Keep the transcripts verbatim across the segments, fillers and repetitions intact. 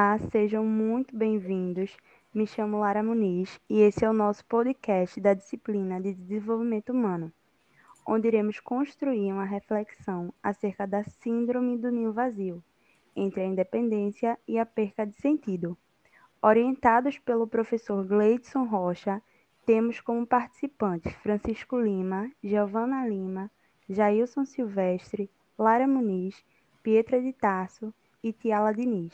Olá, sejam muito bem-vindos. Me chamo Lara Muniz e esse é o nosso podcast da disciplina de Desenvolvimento Humano, onde iremos construir uma reflexão acerca da Síndrome do Ninho Vazio, entre a independência e a perca de sentido. Orientados pelo professor Gleidson Rocha, temos como participantes Francisco Lima, Giovana Lima, Jailson Silvestre, Lara Muniz, Pietra de Tarso e Tiala Diniz.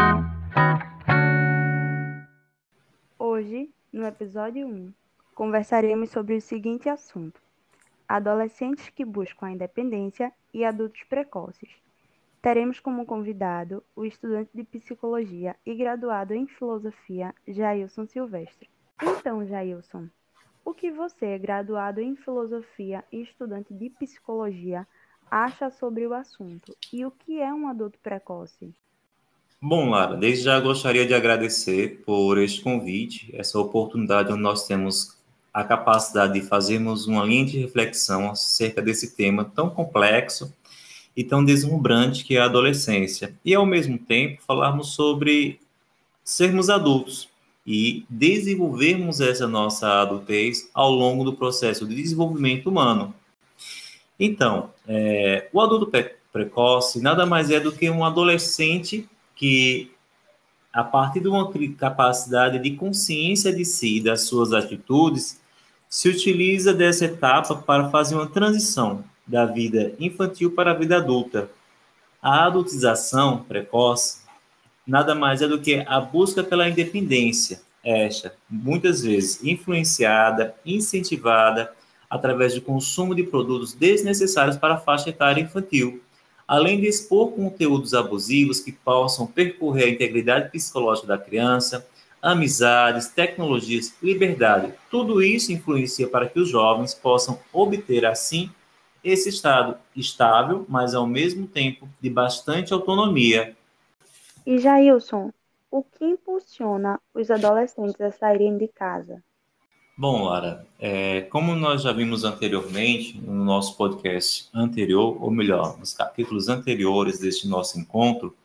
Hoje, no episódio um, conversaremos sobre o seguinte assunto: adolescentes que buscam a independência e adultos precoces. Teremos como convidado o estudante de psicologia e graduado em filosofia, Jailson Silvestre. Então, Jailson, o que você, graduado em filosofia e estudante de psicologia, acha sobre o assunto e o que é um adulto precoce? Bom, Lara, desde já gostaria de agradecer por este convite, essa oportunidade onde nós temos a capacidade de fazermos uma linha de reflexão acerca desse tema tão complexo e tão deslumbrante que é a adolescência. E, ao mesmo tempo, falarmos sobre sermos adultos e desenvolvermos essa nossa adultez ao longo do processo de desenvolvimento humano. Então, é, o adulto pre- precoce nada mais é do que um adolescente que, a partir de uma capacidade de consciência de si e das suas atitudes, se utiliza dessa etapa para fazer uma transição da vida infantil para a vida adulta. A adultização precoce nada mais é do que a busca pela independência, esta, muitas vezes influenciada, incentivada, através do consumo de produtos desnecessários para a faixa etária infantil, além de expor conteúdos abusivos que possam percorrer a integridade psicológica da criança, amizades, tecnologias, liberdade. Tudo isso influencia para que os jovens possam obter, assim, esse estado estável, mas ao mesmo tempo de bastante autonomia. E Jailson, o que impulsiona os adolescentes a saírem de casa? Bom, Lara, é, como nós já vimos anteriormente no nosso podcast anterior, ou melhor, nos capítulos anteriores deste nosso encontro,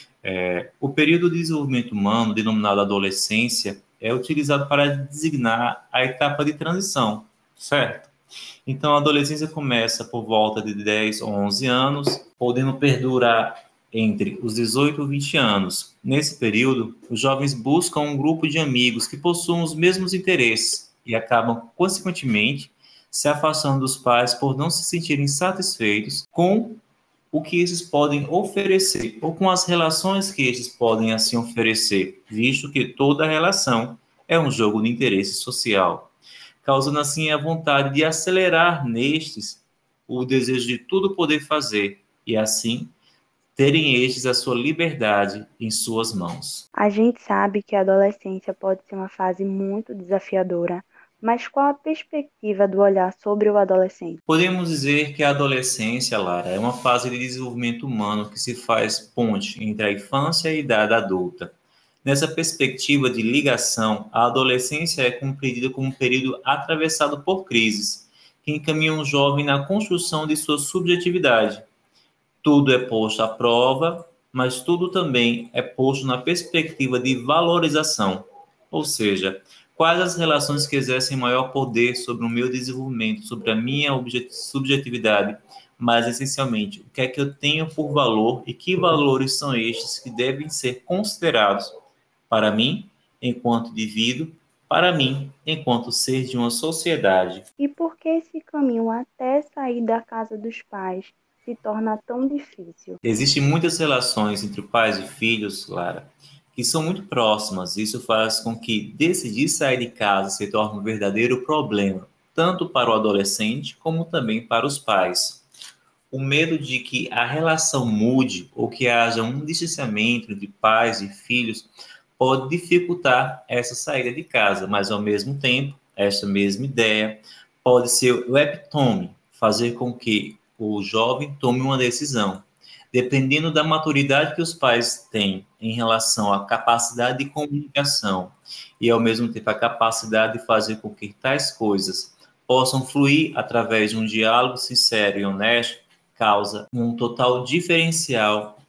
é, o período de desenvolvimento humano, denominado adolescência, é utilizado para designar a etapa de transição, certo? Então, a adolescência começa por volta de dez ou onze anos, podendo perdurar entre os dezoito e vinte anos. Nesse período, os jovens buscam um grupo de amigos que possuam os mesmos interesses e acabam, consequentemente, se afastando dos pais por não se sentirem satisfeitos com o que esses podem oferecer ou com as relações que esses podem assim oferecer, visto que toda relação é um jogo de interesse social, causando assim a vontade de acelerar nestes o desejo de tudo poder fazer e assim terem estes a sua liberdade em suas mãos. A gente sabe que a adolescência pode ser uma fase muito desafiadora, mas qual a perspectiva do olhar sobre o adolescente? Podemos dizer que a adolescência, Lara, é uma fase de desenvolvimento humano que se faz ponte entre a infância e a idade adulta. Nessa perspectiva de ligação, a adolescência é compreendida como um período atravessado por crises, que encaminham o jovem na construção de sua subjetividade. Tudo é posto à prova, mas tudo também é posto na perspectiva de valorização, ou seja, quais as relações que exercem maior poder sobre o meu desenvolvimento, sobre a minha subjetividade, mas essencialmente, o que é que eu tenho por valor e que valores são estes que devem ser considerados para mim, enquanto indivíduo, para mim, enquanto ser de uma sociedade. E por que esse caminho até sair da casa dos pais se torna tão difícil? Existem muitas relações entre pais e filhos, Lara, que são muito próximas. Isso faz com que decidir sair de casa se torne um verdadeiro problema, tanto para o adolescente como também para os pais. O medo de que a relação mude ou que haja um distanciamento entre pais e filhos pode dificultar essa saída de casa, mas ao mesmo tempo, esta mesma ideia pode ser o epitome, fazer com que o jovem tome uma decisão. Dependendo da maturidade que os pais têm em relação à capacidade de comunicação e, ao mesmo tempo, a capacidade de fazer com que tais coisas possam fluir através de um diálogo sincero e honesto, causa um total diferencial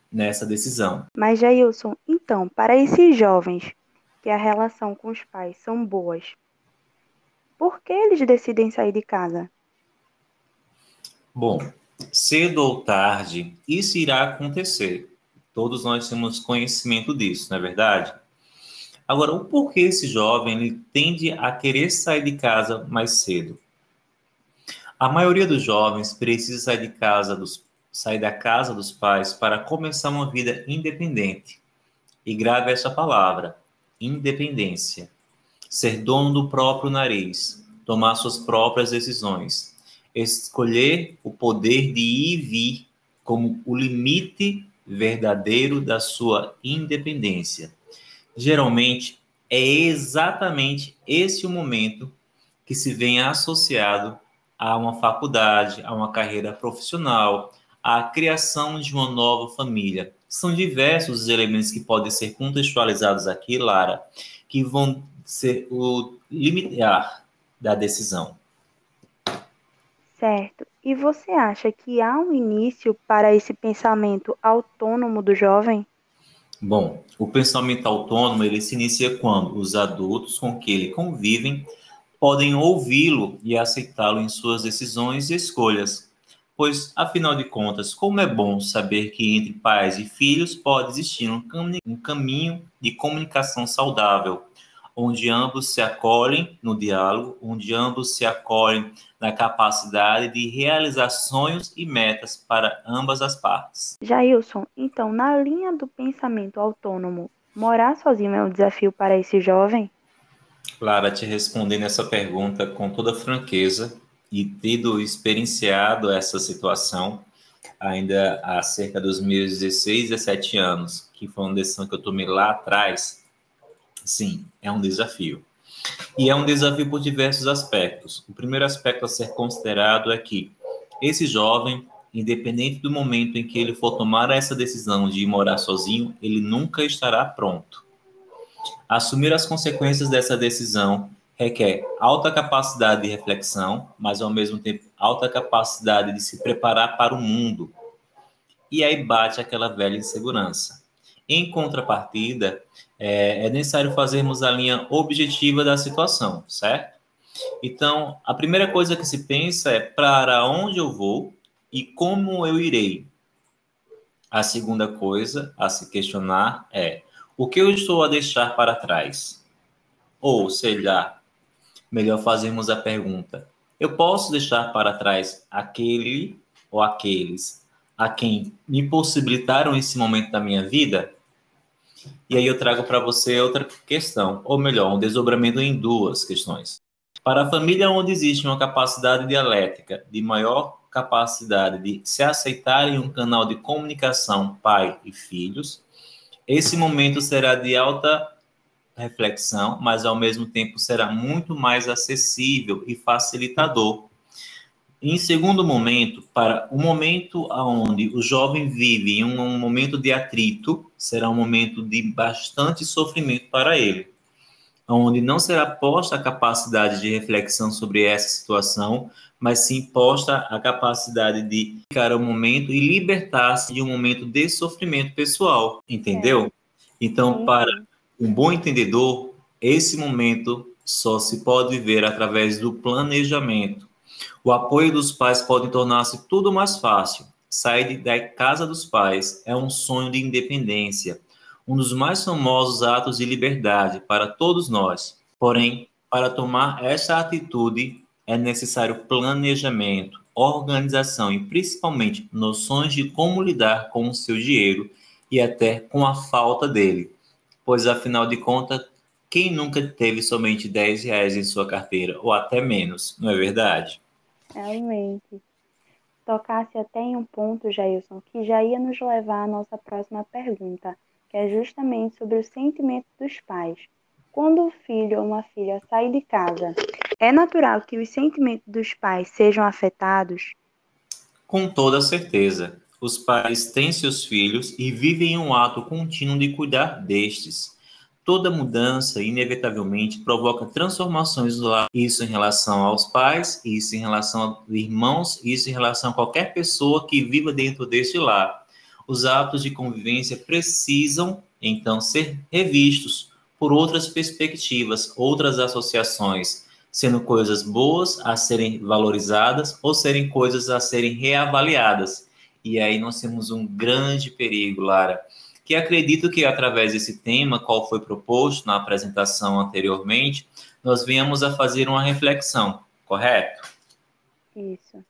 nessa decisão. Mas, Jailson, então, para esses jovens que a relação com os pais são boas, por que eles decidem sair de casa? Bom, cedo ou tarde, isso irá acontecer. Todos nós temos conhecimento disso, não é verdade? Agora, o porquê esse jovem ele tende a querer sair de casa mais cedo? A maioria dos jovens precisa sair de casa dos, sair da casa dos pais para começar uma vida independente. E grave essa palavra, independência. Ser dono do próprio nariz, tomar suas próprias decisões, escolher o poder de ir e vir como o limite verdadeiro da sua independência. Geralmente, é exatamente esse o momento que se vem associado a uma faculdade, a uma carreira profissional, à criação de uma nova família. São diversos os elementos que podem ser contextualizados aqui, Lara, que vão ser o limitar da decisão. Certo. E você acha que há um início para esse pensamento autônomo do jovem? Bom, o pensamento autônomo ele se inicia quando os adultos com que ele convivem podem ouvi-lo e aceitá-lo em suas decisões e escolhas. Pois, afinal de contas, como é bom saber que entre pais e filhos pode existir um, cam um caminho de comunicação saudável, onde ambos se acolhem no diálogo, onde ambos se acolhem na capacidade de realizar sonhos e metas para ambas as partes. Jailson, então, na linha do pensamento autônomo, morar sozinho é um desafio para esse jovem? Clara, te respondendo essa pergunta com toda franqueza e tendo experienciado essa situação ainda há cerca dos meus dezesseis, dezessete anos, que foi uma decisão que eu tomei lá atrás, sim, é um desafio. E é um desafio por diversos aspectos. O primeiro aspecto a ser considerado é que esse jovem, independente do momento em que ele for tomar essa decisão de ir morar sozinho, ele nunca estará pronto. Assumir as consequências dessa decisão requer alta capacidade de reflexão, mas ao mesmo tempo alta capacidade de se preparar para o mundo. E aí bate aquela velha insegurança. Em contrapartida, é, é necessário fazermos a linha objetiva da situação, certo? Então, a primeira coisa que se pensa é para onde eu vou e como eu irei. A segunda coisa a se questionar é o que eu estou a deixar para trás? Ou seja, melhor fazermos a pergunta: eu posso deixar para trás aquele ou aqueles a quem me possibilitaram esse momento da minha vida? E aí eu trago para você outra questão, ou melhor, um desdobramento em duas questões. Para a família onde existe uma capacidade dialética de maior capacidade de se aceitar em um canal de comunicação pai e filhos, esse momento será de alta reflexão, mas ao mesmo tempo será muito mais acessível e facilitador. Em segundo momento, para o momento onde o jovem vive em um, um momento de atrito, será um momento de bastante sofrimento para ele, onde não será posta a capacidade de reflexão sobre essa situação, mas sim posta a capacidade de ficar o momento e libertar-se de um momento de sofrimento pessoal, entendeu? É. Então, sim, para sim. Um bom entendedor, esse momento só se pode viver através do planejamento. O apoio dos pais pode tornar-se tudo mais fácil. Sair da casa dos pais é um sonho de independência, um dos mais famosos atos de liberdade para todos nós. Porém, para tomar essa atitude, é necessário planejamento, organização e principalmente noções de como lidar com o seu dinheiro e até com a falta dele. Pois, afinal de contas, quem nunca teve somente dez reais em sua carteira, ou até menos, não é verdade? Realmente. Tocasse até em um ponto, Jailson, que já ia nos levar à nossa próxima pergunta, que é justamente sobre o sentimento dos pais. Quando o filho ou uma filha sai de casa, é natural que os sentimentos dos pais sejam afetados? Com toda certeza. Os pais têm seus filhos e vivem um ato contínuo de cuidar destes. Toda mudança, inevitavelmente, provoca transformações do lar. Isso em relação aos pais, isso em relação aos irmãos, isso em relação a qualquer pessoa que viva dentro deste lar. os hábitos de convivência precisam, então, ser revistos por outras perspectivas, outras associações, sendo coisas boas a serem valorizadas ou serem coisas a serem reavaliadas. E aí nós temos um grande perigo, Lara, que acredito que através desse tema, qual foi proposto na apresentação anteriormente, nós venhamos a fazer uma reflexão, correto? Isso.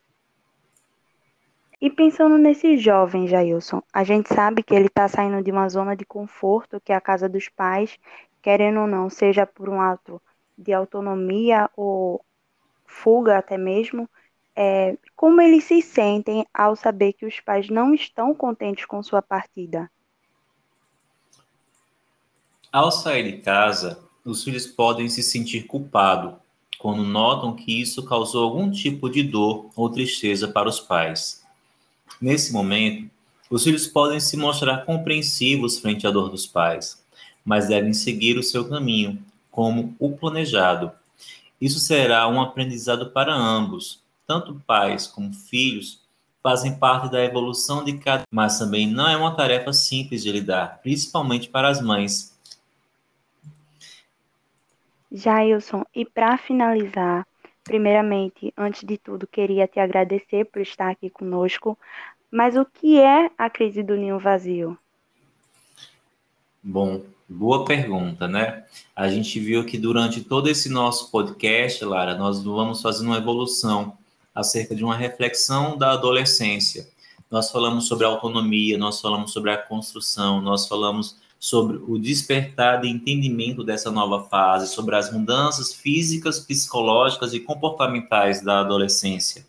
E pensando nesse jovem, Jailson, a gente sabe que ele está saindo de uma zona de conforto, que é a casa dos pais, querendo ou não, seja por um ato de autonomia ou fuga até mesmo. É, como eles se sentem ao saber que os pais não estão contentes com sua partida? Ao sair de casa, os filhos podem se sentir culpados quando notam que isso causou algum tipo de dor ou tristeza para os pais. Nesse momento, os filhos podem se mostrar compreensivos frente à dor dos pais, mas devem seguir o seu caminho, como o planejado. Isso será um aprendizado para ambos, tanto pais como filhos fazem parte da evolução de cada, mas também não é uma tarefa simples de lidar, principalmente para as mães. Jailson, e para finalizar, primeiramente, antes de tudo, queria te agradecer por estar aqui conosco. Mas o que é a crise do ninho vazio? Bom, boa pergunta, né? A gente viu que durante todo esse nosso podcast, Lara, nós vamos fazendo uma evolução acerca de uma reflexão da adolescência. Nós falamos sobre a autonomia, nós falamos sobre a construção, nós falamos sobre o despertar de entendimento dessa nova fase, sobre as mudanças físicas, psicológicas e comportamentais da adolescência.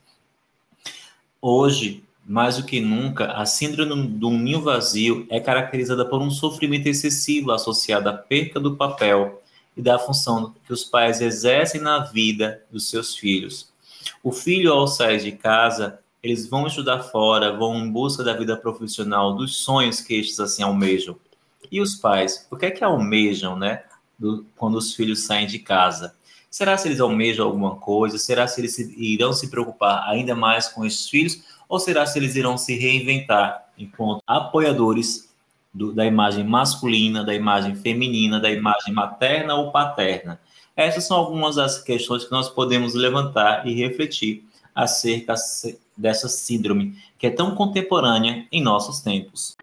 Hoje, mais do que nunca, a síndrome do ninho vazio é caracterizada por um sofrimento excessivo associado à perda do papel e da função que os pais exercem na vida dos seus filhos. O filho, ao sair de casa, eles vão estudar fora, vão em busca da vida profissional, dos sonhos que estes assim almejam. E os pais, o que é que almejam, né, do, quando os filhos saem de casa? Será se eles almejam alguma coisa? Será se eles irão se preocupar ainda mais com esses filhos? Ou será se eles irão se reinventar enquanto apoiadores do, da imagem masculina, da imagem feminina, da imagem materna ou paterna? Essas são algumas das questões que nós podemos levantar e refletir acerca dessa síndrome, que é tão contemporânea em nossos tempos.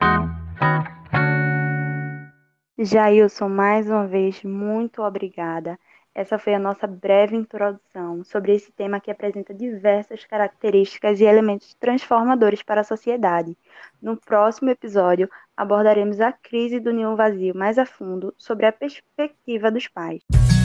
Jailson, mais uma vez, muito obrigada. Essa foi a nossa breve introdução sobre esse tema que apresenta diversas características e elementos transformadores para a sociedade. No próximo episódio, abordaremos a crise do ninho vazio mais a fundo sobre a perspectiva dos pais.